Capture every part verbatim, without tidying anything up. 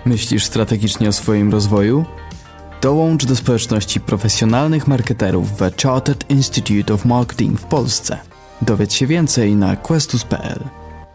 Myślisz strategicznie o swoim rozwoju? Dołącz do społeczności profesjonalnych marketerów w Chartered Institute of Marketing w Polsce. Dowiedz się więcej na questus kropka p l.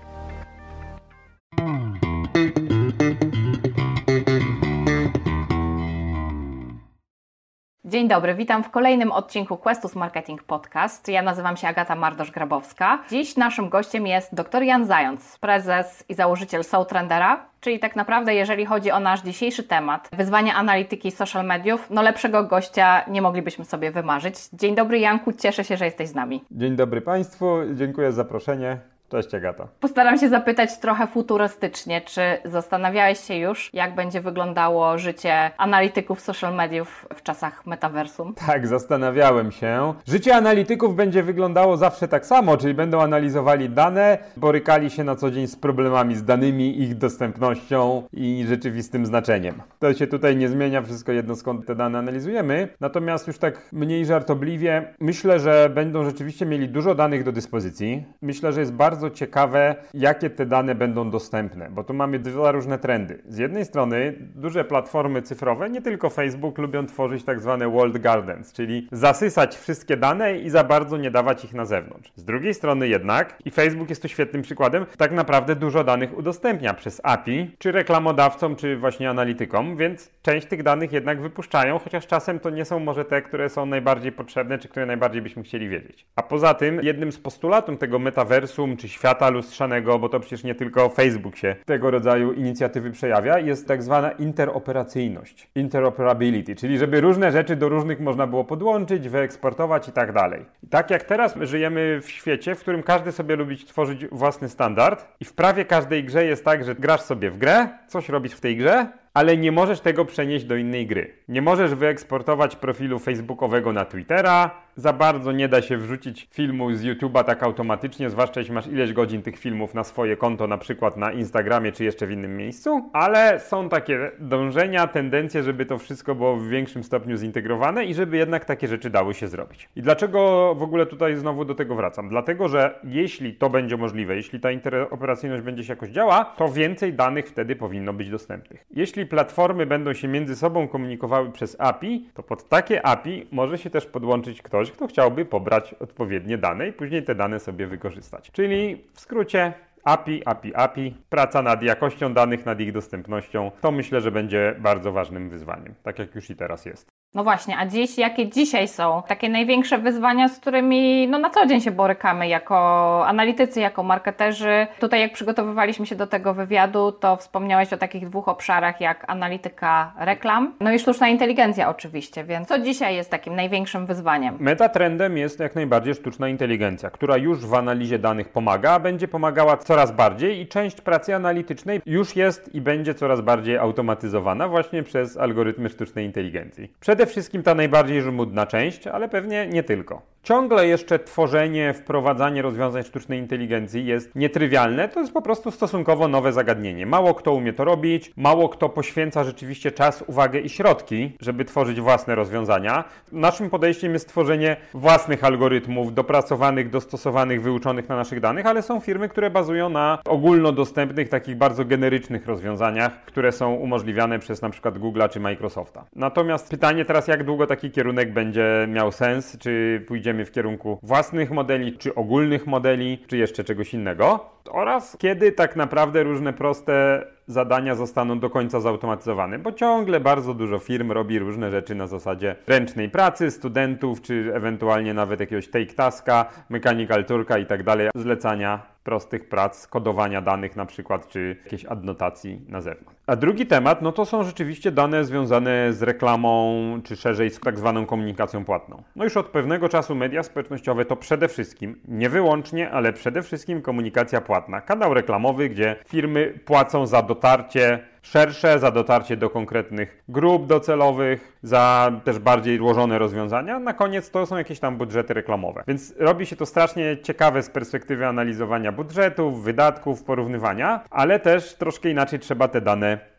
Dzień dobry, witam w kolejnym odcinku Questus Marketing Podcast. Ja nazywam się Agata Mardosz-Grabowska. Dziś naszym gościem jest dr Jan Zając, prezes i założyciel SoulTrendera, czyli tak naprawdę jeżeli chodzi o nasz dzisiejszy temat, wyzwania analityki social mediów, no lepszego gościa nie moglibyśmy sobie wymarzyć. Dzień dobry Janku, cieszę się, że jesteś z nami. Dzień dobry Państwu, dziękuję za zaproszenie. Cześć Agata. Postaram się zapytać trochę futurystycznie, czy zastanawiałeś się już, jak będzie wyglądało życie analityków social mediów w czasach metaversum? Tak, zastanawiałem się. Życie analityków będzie wyglądało zawsze tak samo, czyli będą analizowali dane, borykali się na co dzień z problemami z danymi, ich dostępnością i rzeczywistym znaczeniem. To się tutaj nie zmienia, wszystko jedno skąd te dane analizujemy. Natomiast już tak mniej żartobliwie, myślę, że będą rzeczywiście mieli dużo danych do dyspozycji. Myślę, że jest bardzo Bardzo ciekawe, jakie te dane będą dostępne, bo tu mamy dwa różne trendy. Z jednej strony duże platformy cyfrowe, nie tylko Facebook, lubią tworzyć tak zwane walled gardens, czyli zasysać wszystkie dane i za bardzo nie dawać ich na zewnątrz. Z drugiej strony jednak, i Facebook jest tu świetnym przykładem, tak naprawdę dużo danych udostępnia przez A P I, czy reklamodawcom, czy właśnie analitykom, więc część tych danych jednak wypuszczają, chociaż czasem to nie są może te, które są najbardziej potrzebne, czy które najbardziej byśmy chcieli wiedzieć. A poza tym, jednym z postulatów tego metaversum, czy świata lustrzanego, bo to przecież nie tylko Facebook się tego rodzaju inicjatywy przejawia, jest tak zwana interoperacyjność, interoperability, czyli żeby różne rzeczy do różnych można było podłączyć, wyeksportować i tak dalej. I tak jak teraz żyjemy w świecie, w którym każdy sobie lubi tworzyć własny standard i w prawie każdej grze jest tak, że grasz sobie w grę, coś robisz w tej grze, ale nie możesz tego przenieść do innej gry. Nie możesz wyeksportować profilu facebookowego na Twittera, za bardzo nie da się wrzucić filmu z YouTube'a tak automatycznie, zwłaszcza jeśli masz ileś godzin tych filmów na swoje konto, na przykład na Instagramie czy jeszcze w innym miejscu, ale są takie dążenia, tendencje, żeby to wszystko było w większym stopniu zintegrowane i żeby jednak takie rzeczy dały się zrobić. I dlaczego w ogóle tutaj znowu do tego wracam? Dlatego, że jeśli to będzie możliwe, jeśli ta interoperacyjność będzie się jakoś działa, to więcej danych wtedy powinno być dostępnych. Jeśli platformy będą się między sobą komunikowały przez A P I, to pod takie A P I może się też podłączyć ktoś, kto chciałby pobrać odpowiednie dane i później te dane sobie wykorzystać. Czyli w skrócie A P I, A P I, A P I, praca nad jakością danych, nad ich dostępnością, to myślę, że będzie bardzo ważnym wyzwaniem, tak jak już i teraz jest. No właśnie, a dziś, jakie dzisiaj są takie największe wyzwania, z którymi no, na co dzień się borykamy jako analitycy, jako marketerzy? Tutaj jak przygotowywaliśmy się do tego wywiadu, to wspomniałeś o takich dwóch obszarach jak analityka reklam, no i sztuczna inteligencja oczywiście, więc co dzisiaj jest takim największym wyzwaniem? Metatrendem jest jak najbardziej sztuczna inteligencja, która już w analizie danych pomaga, a będzie pomagała coraz bardziej i część pracy analitycznej już jest i będzie coraz bardziej automatyzowana właśnie przez algorytmy sztucznej inteligencji. Przede wszystkim ta najbardziej żmudna część, ale pewnie nie tylko. Ciągle jeszcze tworzenie, wprowadzanie rozwiązań sztucznej inteligencji jest nietrywialne, to jest po prostu stosunkowo nowe zagadnienie. Mało kto umie to robić, mało kto poświęca rzeczywiście czas, uwagę i środki, żeby tworzyć własne rozwiązania. Naszym podejściem jest tworzenie własnych algorytmów, dopracowanych, dostosowanych, wyuczonych na naszych danych, ale są firmy, które bazują na ogólnodostępnych, takich bardzo generycznych rozwiązaniach, które są umożliwiane przez na przykład Google'a czy Microsofta. Natomiast pytanie teraz, jak długo taki kierunek będzie miał sens, czy pójdziemy w kierunku własnych modeli, czy ogólnych modeli, czy jeszcze czegoś innego, oraz kiedy tak naprawdę różne proste zadania zostaną do końca zautomatyzowane, bo ciągle bardzo dużo firm robi różne rzeczy na zasadzie ręcznej pracy, studentów, czy ewentualnie nawet jakiegoś take taska, mechanical turka i tak dalej, zlecania prostych prac, kodowania danych na przykład, czy jakiejś adnotacji na zewnątrz. A drugi temat, no to są rzeczywiście dane związane z reklamą, czy szerzej z tak zwaną komunikacją płatną. No już od pewnego czasu media społecznościowe to przede wszystkim, nie wyłącznie, ale przede wszystkim komunikacja płatna. Kanał reklamowy, gdzie firmy płacą za dotarcie szersze, za dotarcie do konkretnych grup docelowych, za też bardziej złożone rozwiązania. Na koniec to są jakieś tam budżety reklamowe. Więc robi się to strasznie ciekawe z perspektywy analizowania budżetów, wydatków, porównywania, ale też troszkę inaczej trzeba te dane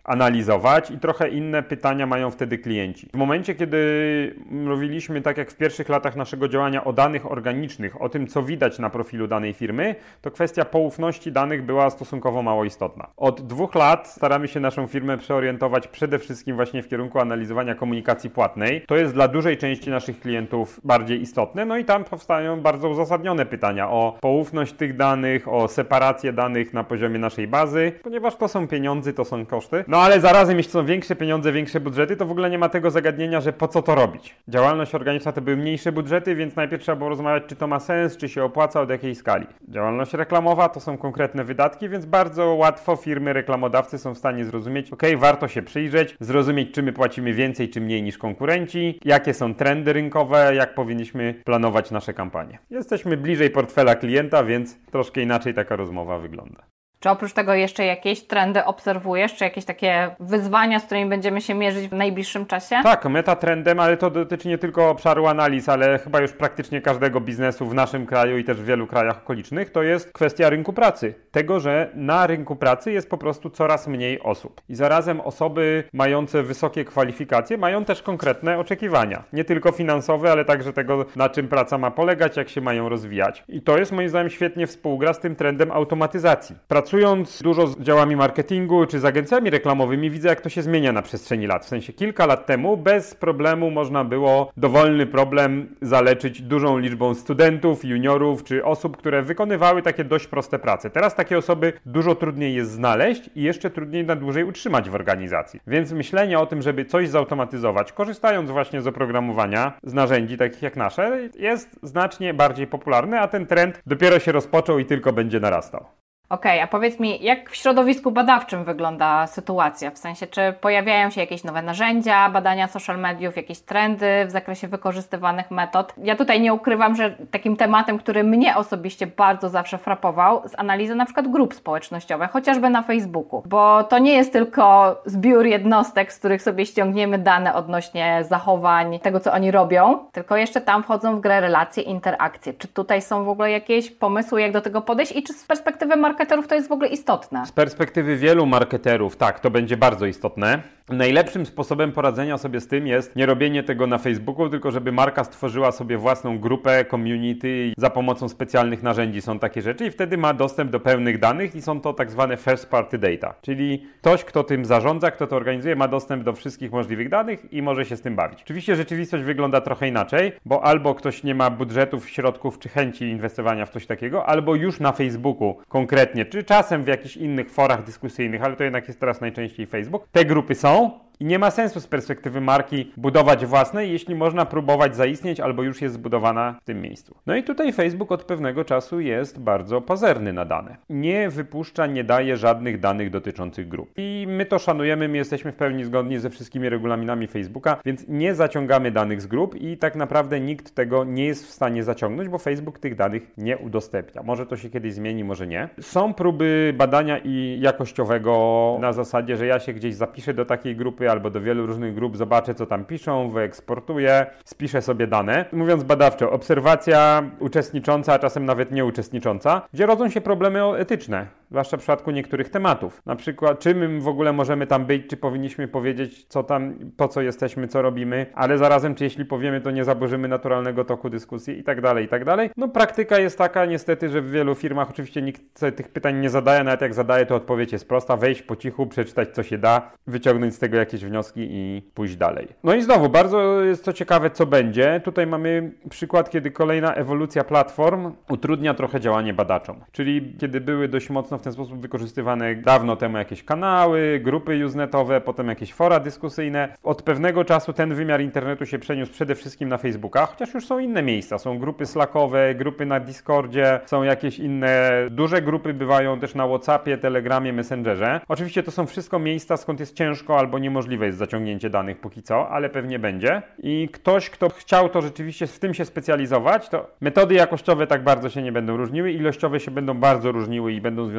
analizować i trochę inne pytania mają wtedy klienci. W momencie, kiedy mówiliśmy, tak jak w pierwszych latach naszego działania, o danych organicznych, o tym, co widać na profilu danej firmy, to kwestia poufności danych była stosunkowo mało istotna. Od dwóch lat staramy się naszą firmę przeorientować przede wszystkim właśnie w kierunku analizowania komunikacji płatnej. To jest dla dużej części naszych klientów bardziej istotne, no i tam powstają bardzo uzasadnione pytania o poufność tych danych, o separację danych na poziomie naszej bazy, ponieważ to są pieniądze, to są koszty. No ale zarazem, jeśli są większe pieniądze, większe budżety, to w ogóle nie ma tego zagadnienia, że po co to robić. Działalność organiczna to były mniejsze budżety, więc najpierw trzeba było rozmawiać, czy to ma sens, czy się opłaca, od jakiej skali. Działalność reklamowa to są konkretne wydatki, więc bardzo łatwo firmy, reklamodawcy są w stanie zrozumieć, ok, warto się przyjrzeć, zrozumieć, czy my płacimy więcej, czy mniej niż konkurenci, jakie są trendy rynkowe, jak powinniśmy planować nasze kampanie. Jesteśmy bliżej portfela klienta, więc troszkę inaczej taka rozmowa wygląda. Czy oprócz tego jeszcze jakieś trendy obserwujesz, czy jakieś takie wyzwania, z którymi będziemy się mierzyć w najbliższym czasie? Tak, metatrendem, ale to dotyczy nie tylko obszaru analiz, ale chyba już praktycznie każdego biznesu w naszym kraju i też w wielu krajach okolicznych, to jest kwestia rynku pracy. Tego, że na rynku pracy jest po prostu coraz mniej osób. I zarazem osoby mające wysokie kwalifikacje mają też konkretne oczekiwania. Nie tylko finansowe, ale także tego, na czym praca ma polegać, jak się mają rozwijać. I to jest moim zdaniem świetnie współgra z tym trendem automatyzacji. Pracując dużo z działami marketingu czy z agencjami reklamowymi, widzę, jak to się zmienia na przestrzeni lat. W sensie kilka lat temu bez problemu można było dowolny problem zaleczyć dużą liczbą studentów, juniorów czy osób, które wykonywały takie dość proste prace. Teraz takie osoby dużo trudniej jest znaleźć i jeszcze trudniej na dłużej utrzymać w organizacji. Więc myślenie o tym, żeby coś zautomatyzować, korzystając właśnie z oprogramowania, z narzędzi takich jak nasze, jest znacznie bardziej popularne, a ten trend dopiero się rozpoczął i tylko będzie narastał. Okej, okay, a powiedz mi, jak w środowisku badawczym wygląda sytuacja? W sensie, czy pojawiają się jakieś nowe narzędzia badania social mediów, jakieś trendy w zakresie wykorzystywanych metod? Ja tutaj nie ukrywam, że takim tematem, który mnie osobiście bardzo zawsze frapował, z analizy na przykład grup społecznościowych, chociażby na Facebooku, bo to nie jest tylko zbiór jednostek, z których sobie ściągniemy dane odnośnie zachowań, tego co oni robią, tylko jeszcze tam wchodzą w grę relacje, interakcje. Czy tutaj są w ogóle jakieś pomysły, jak do tego podejść i czy z perspektywy marketingu marketerów to jest w ogóle istotne? Z perspektywy wielu marketerów, tak, to będzie bardzo istotne. Najlepszym sposobem poradzenia sobie z tym jest nie robienie tego na Facebooku, tylko żeby marka stworzyła sobie własną grupę, community, za pomocą specjalnych narzędzi są takie rzeczy i wtedy ma dostęp do pełnych danych i są to tak zwane first party data, czyli ktoś, kto tym zarządza, kto to organizuje, ma dostęp do wszystkich możliwych danych i może się z tym bawić. Oczywiście rzeczywistość wygląda trochę inaczej, bo albo ktoś nie ma budżetów, środków czy chęci inwestowania w coś takiego, albo już na Facebooku konkretnie, czy czasem w jakichś innych forach dyskusyjnych, ale to jednak jest teraz najczęściej Facebook, te grupy są. I nie ma sensu z perspektywy marki budować własnej, jeśli można próbować zaistnieć albo już jest zbudowana w tym miejscu. No i tutaj Facebook od pewnego czasu jest bardzo pazerny na dane. Nie wypuszcza, nie daje żadnych danych dotyczących grup. I my to szanujemy, my jesteśmy w pełni zgodni ze wszystkimi regulaminami Facebooka, więc nie zaciągamy danych z grup i tak naprawdę nikt tego nie jest w stanie zaciągnąć, bo Facebook tych danych nie udostępnia. Może to się kiedyś zmieni, może nie. Są próby badania i jakościowego na zasadzie, że ja się gdzieś zapiszę do takiej grupy albo do wielu różnych grup, zobaczę co tam piszą, wyeksportuję, spiszę sobie dane. Mówiąc badawczo, obserwacja uczestnicząca, a czasem nawet nieuczestnicząca, gdzie rodzą się problemy etyczne, zwłaszcza w przypadku niektórych tematów. Na przykład, czy my w ogóle możemy tam być, czy powinniśmy powiedzieć, co tam, po co jesteśmy, co robimy, ale zarazem, czy jeśli powiemy, to nie zaburzymy naturalnego toku dyskusji i tak dalej, i tak dalej. No praktyka jest taka niestety, że w wielu firmach oczywiście nikt sobie tych pytań nie zadaje, nawet jak zadaje, to odpowiedź jest prosta, wejść po cichu, przeczytać co się da, wyciągnąć z tego jakieś wnioski i pójść dalej. No i znowu, bardzo jest to ciekawe, co będzie. Tutaj mamy przykład, kiedy kolejna ewolucja platform utrudnia trochę działanie badaczom. Czyli kiedy były dość mocno w ten sposób wykorzystywane dawno temu jakieś kanały, grupy usenetowe, potem jakieś fora dyskusyjne. Od pewnego czasu ten wymiar internetu się przeniósł przede wszystkim na Facebooka, chociaż już są inne miejsca. Są grupy slackowe, grupy na Discordzie, są jakieś inne duże grupy, bywają też na WhatsAppie, Telegramie, Messengerze. Oczywiście to są wszystko miejsca, skąd jest ciężko albo niemożliwe jest zaciągnięcie danych póki co, ale pewnie będzie. I ktoś, kto chciał to rzeczywiście w tym się specjalizować, to metody jakościowe tak bardzo się nie będą różniły, ilościowe się będą bardzo różniły i będą związane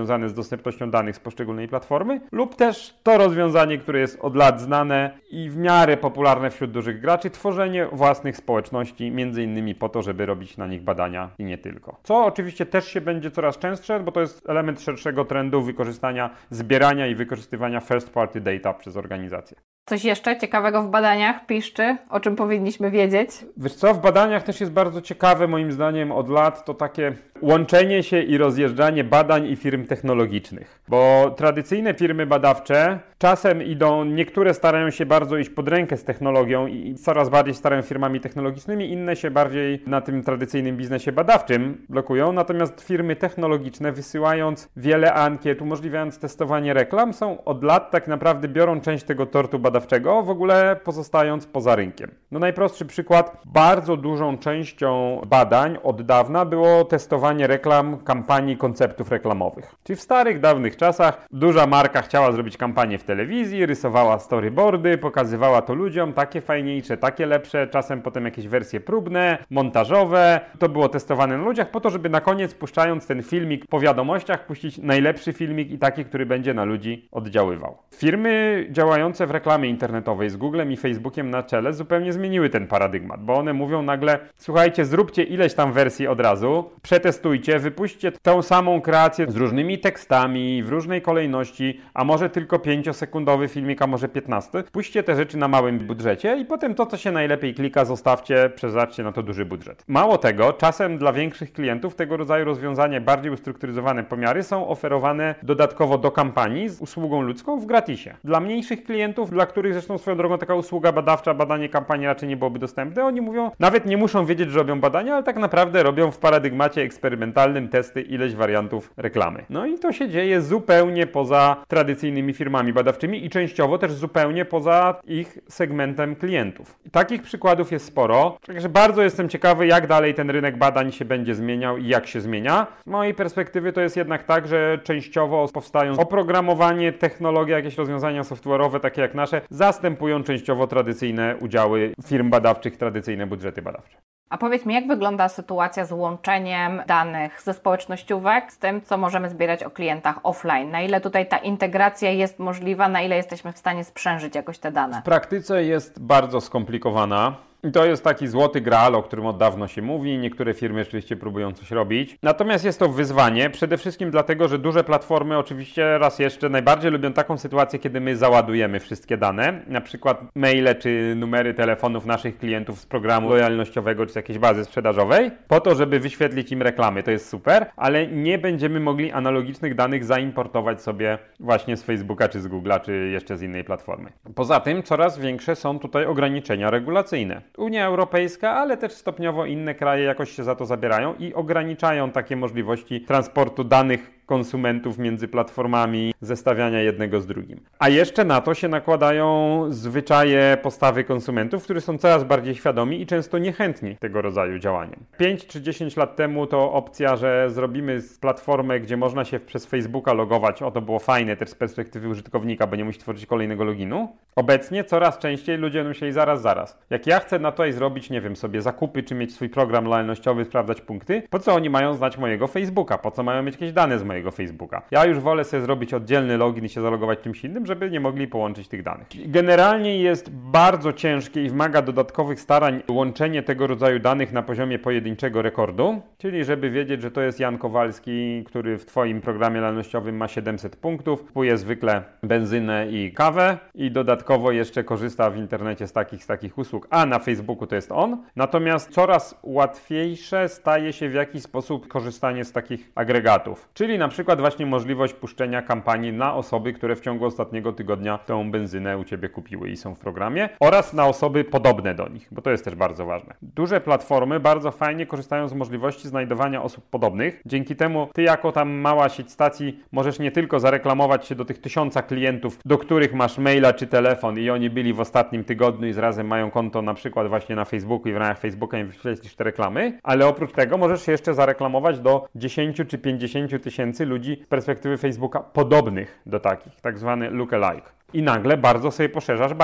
związane z dostępnością danych z poszczególnej platformy, lub też to rozwiązanie, które jest od lat znane i w miarę popularne wśród dużych graczy, tworzenie własnych społeczności, między innymi po to, żeby robić na nich badania i nie tylko. Co oczywiście też się będzie coraz częstsze, bo to jest element szerszego trendu wykorzystania, zbierania i wykorzystywania first party data przez organizacje. Coś jeszcze ciekawego w badaniach piszczy, o czym powinniśmy wiedzieć? Wiesz co, w badaniach też jest bardzo ciekawe moim zdaniem od lat to takie łączenie się i rozjeżdżanie badań i firm technologicznych. Bo tradycyjne firmy badawcze czasem idą, niektóre starają się bardzo iść pod rękę z technologią i coraz bardziej starają firmami technologicznymi, inne się bardziej na tym tradycyjnym biznesie badawczym blokują, natomiast firmy technologiczne wysyłając wiele ankiet, umożliwiając testowanie reklam, są od lat tak naprawdę biorą część tego tortu badawczego, w ogóle pozostając poza rynkiem. No najprostszy przykład, bardzo dużą częścią badań od dawna było testowanie reklam, kampanii, konceptów reklamowych. Czyli w starych, dawnych czasach duża marka chciała zrobić kampanię w telewizji, rysowała storyboardy, pokazywała to ludziom, takie fajniejsze, takie lepsze, czasem potem jakieś wersje próbne, montażowe. To było testowane na ludziach po to, żeby na koniec, puszczając ten filmik po wiadomościach, puścić najlepszy filmik i taki, który będzie na ludzi oddziaływał. Firmy działające w reklamie internetowej z Googlem i Facebookiem na czele zupełnie zmieniły ten paradygmat, bo one mówią nagle, słuchajcie, zróbcie ileś tam wersji od razu, przetestujcie, wypuśćcie tą samą kreację z różnymi tekstami, w różnej kolejności, a może tylko pięciosekundowy filmik, a może piętnaście. Puśćcie te rzeczy na małym budżecie i potem to, co się najlepiej klika, zostawcie, przeznaczcie na to duży budżet. Mało tego, czasem dla większych klientów tego rodzaju rozwiązania, bardziej ustrukturyzowane pomiary są oferowane dodatkowo do kampanii z usługą ludzką w gratisie. Dla mniejszych klientów, dla których zresztą swoją drogą taka usługa badawcza, badanie kampanii raczej nie byłoby dostępne, oni mówią, nawet nie muszą wiedzieć, że robią badania, ale tak naprawdę robią w paradygmacie eksperymentalnym testy ileś wariantów reklamy. No i to się dzieje zupełnie poza tradycyjnymi firmami badawczymi i częściowo też zupełnie poza ich segmentem klientów. I takich przykładów jest sporo, także bardzo jestem ciekawy, jak dalej ten rynek badań się będzie zmieniał i jak się zmienia. Z mojej perspektywy to jest jednak tak, że częściowo powstają oprogramowanie, technologie, jakieś rozwiązania software'owe, takie jak nasze, zastępują częściowo tradycyjne udziały firm badawczych, tradycyjne budżety badawcze. A powiedz mi, jak wygląda sytuacja z łączeniem danych ze społecznościówek z tym, co możemy zbierać o klientach offline? Na ile tutaj ta integracja jest możliwa, na ile jesteśmy w stanie sprzężyć jakoś te dane? W praktyce jest bardzo skomplikowana. I to jest taki złoty graal, o którym od dawna się mówi. Niektóre firmy rzeczywiście próbują coś robić. Natomiast jest to wyzwanie, przede wszystkim dlatego, że duże platformy oczywiście raz jeszcze najbardziej lubią taką sytuację, kiedy my załadujemy wszystkie dane, na przykład maile czy numery telefonów naszych klientów z programu lojalnościowego czy z jakiejś bazy sprzedażowej, po to, żeby wyświetlić im reklamy. To jest super, ale nie będziemy mogli analogicznych danych zaimportować sobie właśnie z Facebooka czy z Google'a czy jeszcze z innej platformy. Poza tym coraz większe są tutaj ograniczenia regulacyjne. Unia Europejska, ale też stopniowo inne kraje jakoś się za to zabierają i ograniczają takie możliwości transportu danych konsumentów między platformami, zestawiania jednego z drugim. A jeszcze na to się nakładają zwyczaje, postawy konsumentów, którzy są coraz bardziej świadomi i często niechętni tego rodzaju działaniem. pięć czy dziesięć lat temu to opcja, że zrobimy platformę, gdzie można się przez Facebooka logować, o to było fajne też z perspektywy użytkownika, bo nie musi tworzyć kolejnego loginu. Obecnie coraz częściej ludzie będą myśleli zaraz, zaraz. Jak ja chcę na to zrobić, nie wiem, sobie zakupy, czy mieć swój program lojalnościowy, sprawdzać punkty, po co oni mają znać mojego Facebooka? Po co mają mieć jakieś dane z mojego Facebooka? Ja już wolę sobie zrobić oddzielny login i się zalogować czymś innym, żeby nie mogli połączyć tych danych. Generalnie jest bardzo ciężkie i wymaga dodatkowych starań łączenie tego rodzaju danych na poziomie pojedynczego rekordu, czyli żeby wiedzieć, że to jest Jan Kowalski, który w Twoim programie lojalnościowym ma siedemset punktów, kupuje zwykle benzynę i kawę i dodatkowo jeszcze korzysta w internecie z takich, z takich usług, a na Facebooku to jest on. Natomiast coraz łatwiejsze staje się w jakiś sposób korzystanie z takich agregatów, czyli na przykład właśnie możliwość puszczenia kampanii na osoby, które w ciągu ostatniego tygodnia tą benzynę u Ciebie kupiły i są w programie, oraz na osoby podobne do nich, bo to jest też bardzo ważne. Duże platformy bardzo fajnie korzystają z możliwości znajdowania osób podobnych. Dzięki temu Ty jako tam mała sieć stacji możesz nie tylko zareklamować się do tych tysiąca klientów, do których masz maila czy telefon i oni byli w ostatnim tygodniu i zarazem mają konto na przykład właśnie na Facebooku i w ramach Facebooka im wyświetlisz te reklamy, ale oprócz tego możesz się jeszcze zareklamować do dziesięciu czy pięćdziesięciu tysięcy ludzi z perspektywy Facebooka podobnych do takich, tak zwany lookalike. I nagle bardzo sobie poszerzasz bazę.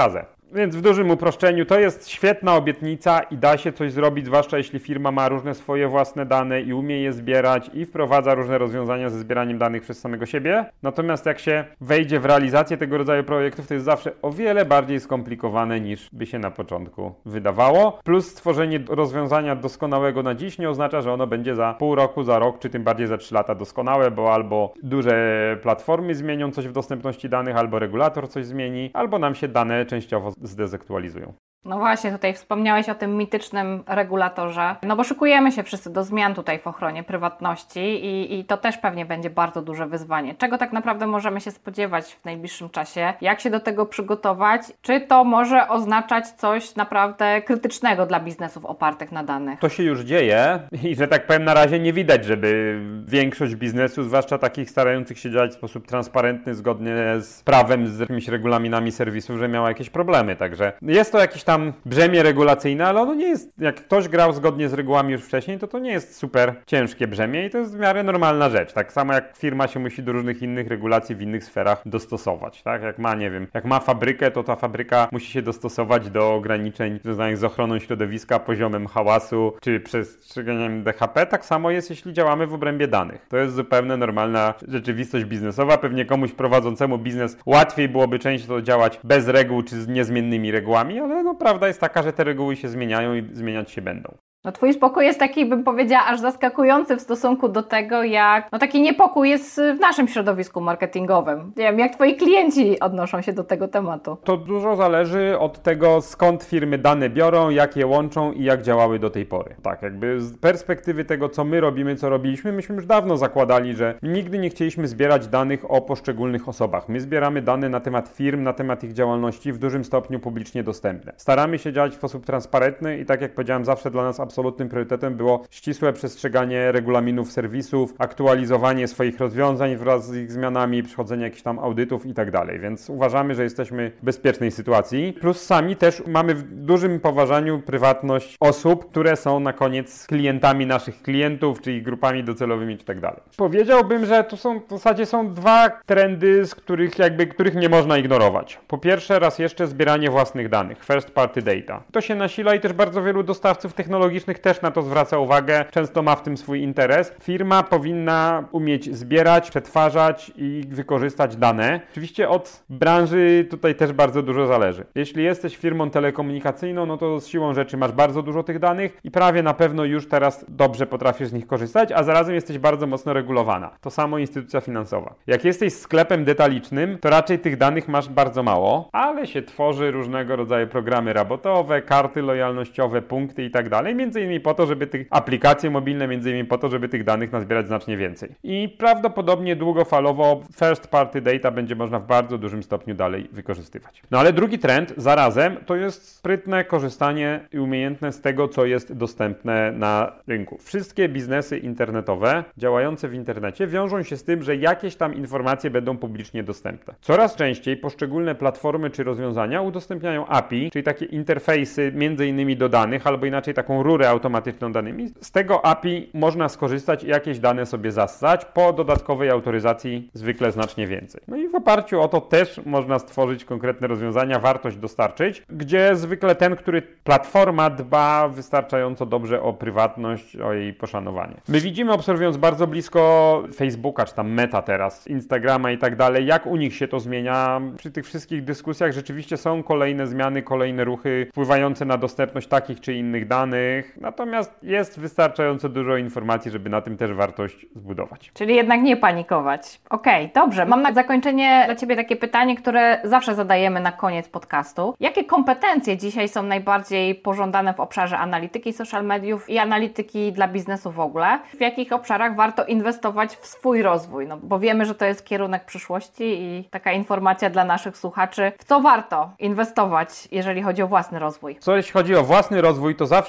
Więc w dużym uproszczeniu to jest świetna obietnica i da się coś zrobić, zwłaszcza jeśli firma ma różne swoje własne dane i umie je zbierać i wprowadza różne rozwiązania ze zbieraniem danych przez samego siebie. Natomiast jak się wejdzie w realizację tego rodzaju projektów, to jest zawsze o wiele bardziej skomplikowane niż by się na początku wydawało. Plus stworzenie rozwiązania doskonałego na dziś nie oznacza, że ono będzie za pół roku, za rok, czy tym bardziej za trzy lata doskonałe, bo albo duże platformy zmienią coś w dostępności danych, albo regulator coś zmieni, albo nam się dane częściowo zdezaktualizują. No właśnie, tutaj wspomniałeś o tym mitycznym regulatorze, no bo szykujemy się wszyscy do zmian tutaj w ochronie prywatności i, i to też pewnie będzie bardzo duże wyzwanie. Czego tak naprawdę możemy się spodziewać w najbliższym czasie? Jak się do tego przygotować? Czy to może oznaczać coś naprawdę krytycznego dla biznesów opartych na danych? To się już dzieje i że tak powiem na razie nie widać, żeby większość biznesów, zwłaszcza takich starających się działać w sposób transparentny, zgodnie z prawem, z jakimiś regulaminami serwisów, że miała jakieś problemy. Także jest to jakiś tam brzemię regulacyjne, ale ono nie jest, jak ktoś grał zgodnie z regułami już wcześniej, to to nie jest super ciężkie brzemię i to jest w miarę normalna rzecz. Tak samo jak firma się musi do różnych innych regulacji w innych sferach dostosować, tak? Jak ma, nie wiem, jak ma fabrykę, to ta fabryka musi się dostosować do ograniczeń związanych z ochroną środowiska, poziomem hałasu, czy przestrzeganiem D H P. Tak samo jest, jeśli działamy w obrębie danych. To jest zupełnie normalna rzeczywistość biznesowa. Pewnie komuś prowadzącemu biznes łatwiej byłoby często działać bez reguł, czy z niezmiennymi regułami, ale no prawda jest taka, że te reguły się zmieniają i zmieniać się będą. No twój spokój jest taki, bym powiedziała, aż zaskakujący w stosunku do tego, jak no taki niepokój jest w naszym środowisku marketingowym. Nie wiem, jak twoi klienci odnoszą się do tego tematu? To dużo zależy od tego, skąd firmy dane biorą, jak je łączą i jak działały do tej pory. Tak, jakby z perspektywy tego, co my robimy, co robiliśmy, myśmy już dawno zakładali, że nigdy nie chcieliśmy zbierać danych o poszczególnych osobach. My zbieramy dane na temat firm, na temat ich działalności w dużym stopniu publicznie dostępne. Staramy się działać w sposób transparentny i tak jak powiedziałem, zawsze dla nas absolutnym priorytetem było ścisłe przestrzeganie regulaminów serwisów, aktualizowanie swoich rozwiązań wraz z ich zmianami, przechodzenie jakichś tam audytów i tak dalej. Więc uważamy, że jesteśmy w bezpiecznej sytuacji. Plus sami też mamy w dużym poważaniu prywatność osób, które są na koniec klientami naszych klientów, czy ich grupami docelowymi, czy tak dalej. Powiedziałbym, że to są w zasadzie są dwa trendy, z których jakby, których nie można ignorować. Po pierwsze, raz jeszcze zbieranie własnych danych, first party data. To się nasila i też bardzo wielu dostawców technologicznych też na to zwraca uwagę, często ma w tym swój interes. Firma powinna umieć zbierać, przetwarzać i wykorzystać dane. Oczywiście od branży tutaj też bardzo dużo zależy. Jeśli jesteś firmą telekomunikacyjną, no to z siłą rzeczy masz bardzo dużo tych danych i prawie na pewno już teraz dobrze potrafisz z nich korzystać, a zarazem jesteś bardzo mocno regulowana. To samo instytucja finansowa. Jak jesteś sklepem detalicznym, to raczej tych danych masz bardzo mało, ale się tworzy różnego rodzaju programy rabatowe, karty lojalnościowe, punkty i tak dalej. Między innymi po to, żeby tych aplikacje mobilne, między innymi po to, żeby tych danych nazbierać znacznie więcej. I prawdopodobnie długofalowo first party data będzie można w bardzo dużym stopniu dalej wykorzystywać. No ale drugi trend zarazem to jest sprytne korzystanie i umiejętne z tego, co jest dostępne na rynku. Wszystkie biznesy internetowe działające w internecie wiążą się z tym, że jakieś tam informacje będą publicznie dostępne. Coraz częściej poszczególne platformy czy rozwiązania udostępniają A P I, czyli takie interfejsy między innymi do danych, albo inaczej taką rurę automatyczną danymi. Z tego A P I można skorzystać i jakieś dane sobie zassać, po dodatkowej autoryzacji zwykle znacznie więcej. No i w oparciu o to też można stworzyć konkretne rozwiązania, wartość dostarczyć, gdzie zwykle ten, który platforma dba wystarczająco dobrze o prywatność, o jej poszanowanie. My widzimy, obserwując bardzo blisko Facebooka, czy tam Meta teraz, Instagrama i tak dalej, jak u nich się to zmienia. Przy tych wszystkich dyskusjach rzeczywiście są kolejne zmiany, kolejne ruchy wpływające na dostępność takich czy innych danych, natomiast jest wystarczająco dużo informacji, żeby na tym też wartość zbudować. Czyli jednak nie panikować. Okej, okay, dobrze. Mam na zakończenie dla Ciebie takie pytanie, które zawsze zadajemy na koniec podcastu. Jakie kompetencje dzisiaj są najbardziej pożądane w obszarze analityki social mediów i analityki dla biznesu w ogóle? W jakich obszarach warto inwestować w swój rozwój? No, bo wiemy, że to jest kierunek przyszłości i taka informacja dla naszych słuchaczy. W co warto inwestować, jeżeli chodzi o własny rozwój? Co jeśli chodzi o własny rozwój, to zawsze warto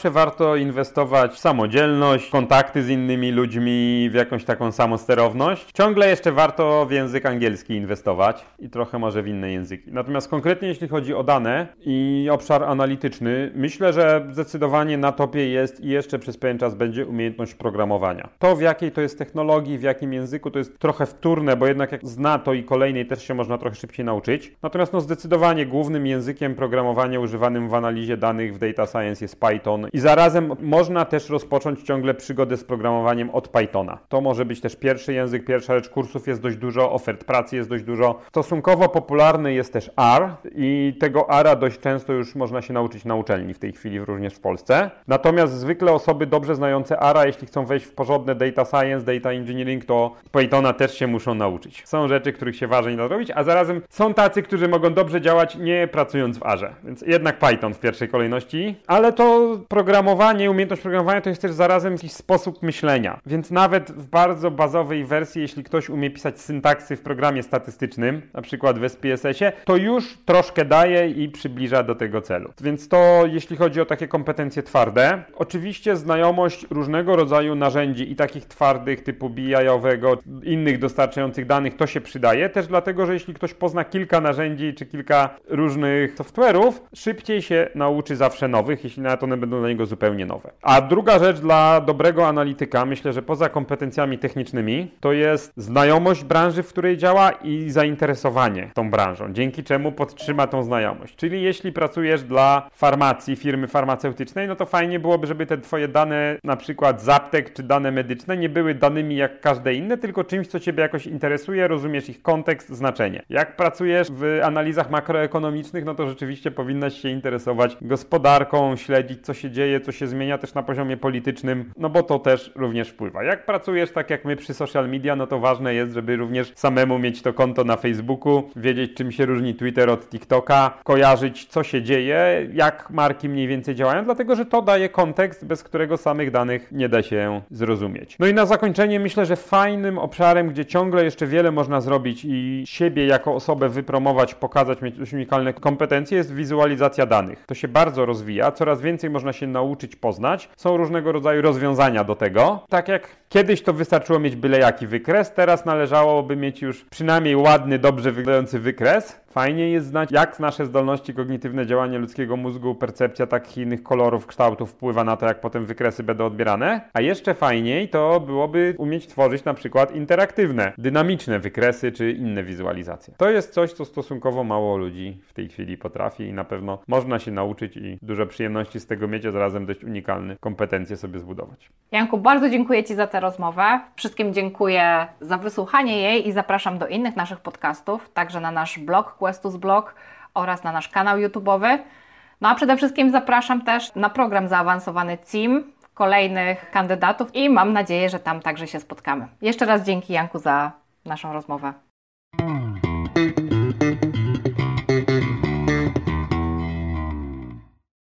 warto inwestować w samodzielność, kontakty z innymi ludźmi, w jakąś taką samosterowność. Ciągle jeszcze warto w język angielski inwestować i trochę może w inne języki. Natomiast konkretnie jeśli chodzi o dane i obszar analityczny, myślę, że zdecydowanie na topie jest i jeszcze przez pewien czas będzie umiejętność programowania. To w jakiej to jest technologii, w jakim języku to jest trochę wtórne, bo jednak jak zna to i kolejnej też się można trochę szybciej nauczyć. Natomiast no zdecydowanie głównym językiem programowania używanym w analizie danych w data science jest Python i zarazem można też rozpocząć ciągle przygodę z programowaniem od Pythona. To może być też pierwszy język, pierwsza rzecz, kursów jest dość dużo, ofert pracy jest dość dużo. Stosunkowo popularny jest też R i tego R a dość często już można się nauczyć na uczelni w tej chwili również w Polsce. Natomiast zwykle osoby dobrze znające R a, jeśli chcą wejść w porządne data science, data engineering, to Pythona też się muszą nauczyć. Są rzeczy, których się waży nie da zrobić, a zarazem są tacy, którzy mogą dobrze działać nie pracując w Arze. Więc jednak Python w pierwszej kolejności, ale to programowanie, umiejętność programowania to jest też zarazem jakiś sposób myślenia. Więc nawet w bardzo bazowej wersji, jeśli ktoś umie pisać syntaksy w programie statystycznym, na przykład w S P S S-ie, to już troszkę daje i przybliża do tego celu. Więc to jeśli chodzi o takie kompetencje twarde. Oczywiście znajomość różnego rodzaju narzędzi i takich twardych typu B I-owego, innych dostarczających danych, to się przydaje. Też dlatego, że jeśli ktoś pozna kilka narzędzi czy kilka różnych software'ów, szybciej się nauczy zawsze nowych, jeśli nawet one będą dla niego zupełnie nowe. A druga rzecz dla dobrego analityka, myślę, że poza kompetencjami technicznymi, to jest znajomość branży, w której działa i zainteresowanie tą branżą, dzięki czemu podtrzyma tą znajomość. Czyli jeśli pracujesz dla farmacji, firmy farmaceutycznej, no to fajnie byłoby, żeby te twoje dane, na przykład z aptek czy dane medyczne, nie były danymi jak każde inne, tylko czymś, co ciebie jakoś interesuje, rozumiesz ich kontekst, znaczenie. Jak pracujesz w analizach makroekonomicznych, no to rzeczywiście powinnaś się interesować gospodarką, śledzić, co się dzieje, co się zmienia też na poziomie politycznym, no bo to też również wpływa. Jak pracujesz tak jak my przy social media, no to ważne jest, żeby również samemu mieć to konto na Facebooku, wiedzieć, czym się różni Twitter od TikToka, kojarzyć, co się dzieje, jak marki mniej więcej działają, dlatego, że to daje kontekst, bez którego samych danych nie da się zrozumieć. No i na zakończenie myślę, że fajnym obszarem, gdzie ciągle jeszcze wiele można zrobić i siebie jako osobę wypromować, pokazać, mieć unikalne kompetencje, jest wizualizacja danych. To się bardzo rozwija, coraz więcej można się nauczyć poznać. Są różnego rodzaju rozwiązania do tego. Tak jak kiedyś to wystarczyło mieć byle jaki wykres, teraz należałoby mieć już przynajmniej ładny, dobrze wyglądający wykres. Fajnie jest znać, jak nasze zdolności kognitywne, działanie ludzkiego mózgu, percepcja takich innych kolorów, kształtów wpływa na to, jak potem wykresy będą odbierane. A jeszcze fajniej to byłoby umieć tworzyć na przykład interaktywne, dynamiczne wykresy czy inne wizualizacje. To jest coś, co stosunkowo mało ludzi w tej chwili potrafi i na pewno można się nauczyć i dużo przyjemności z tego mieć, a zarazem dość unikalne kompetencje sobie zbudować. Janku, bardzo dziękuję Ci za tę rozmowę. Wszystkim dziękuję za wysłuchanie jej i zapraszam do innych naszych podcastów, także na nasz blog Questus Blog oraz na nasz kanał YouTube'owy. No a przede wszystkim zapraszam też na program zaawansowany C I M, kolejnych kandydatów i mam nadzieję, że tam także się spotkamy. Jeszcze raz dzięki, Janku, za naszą rozmowę.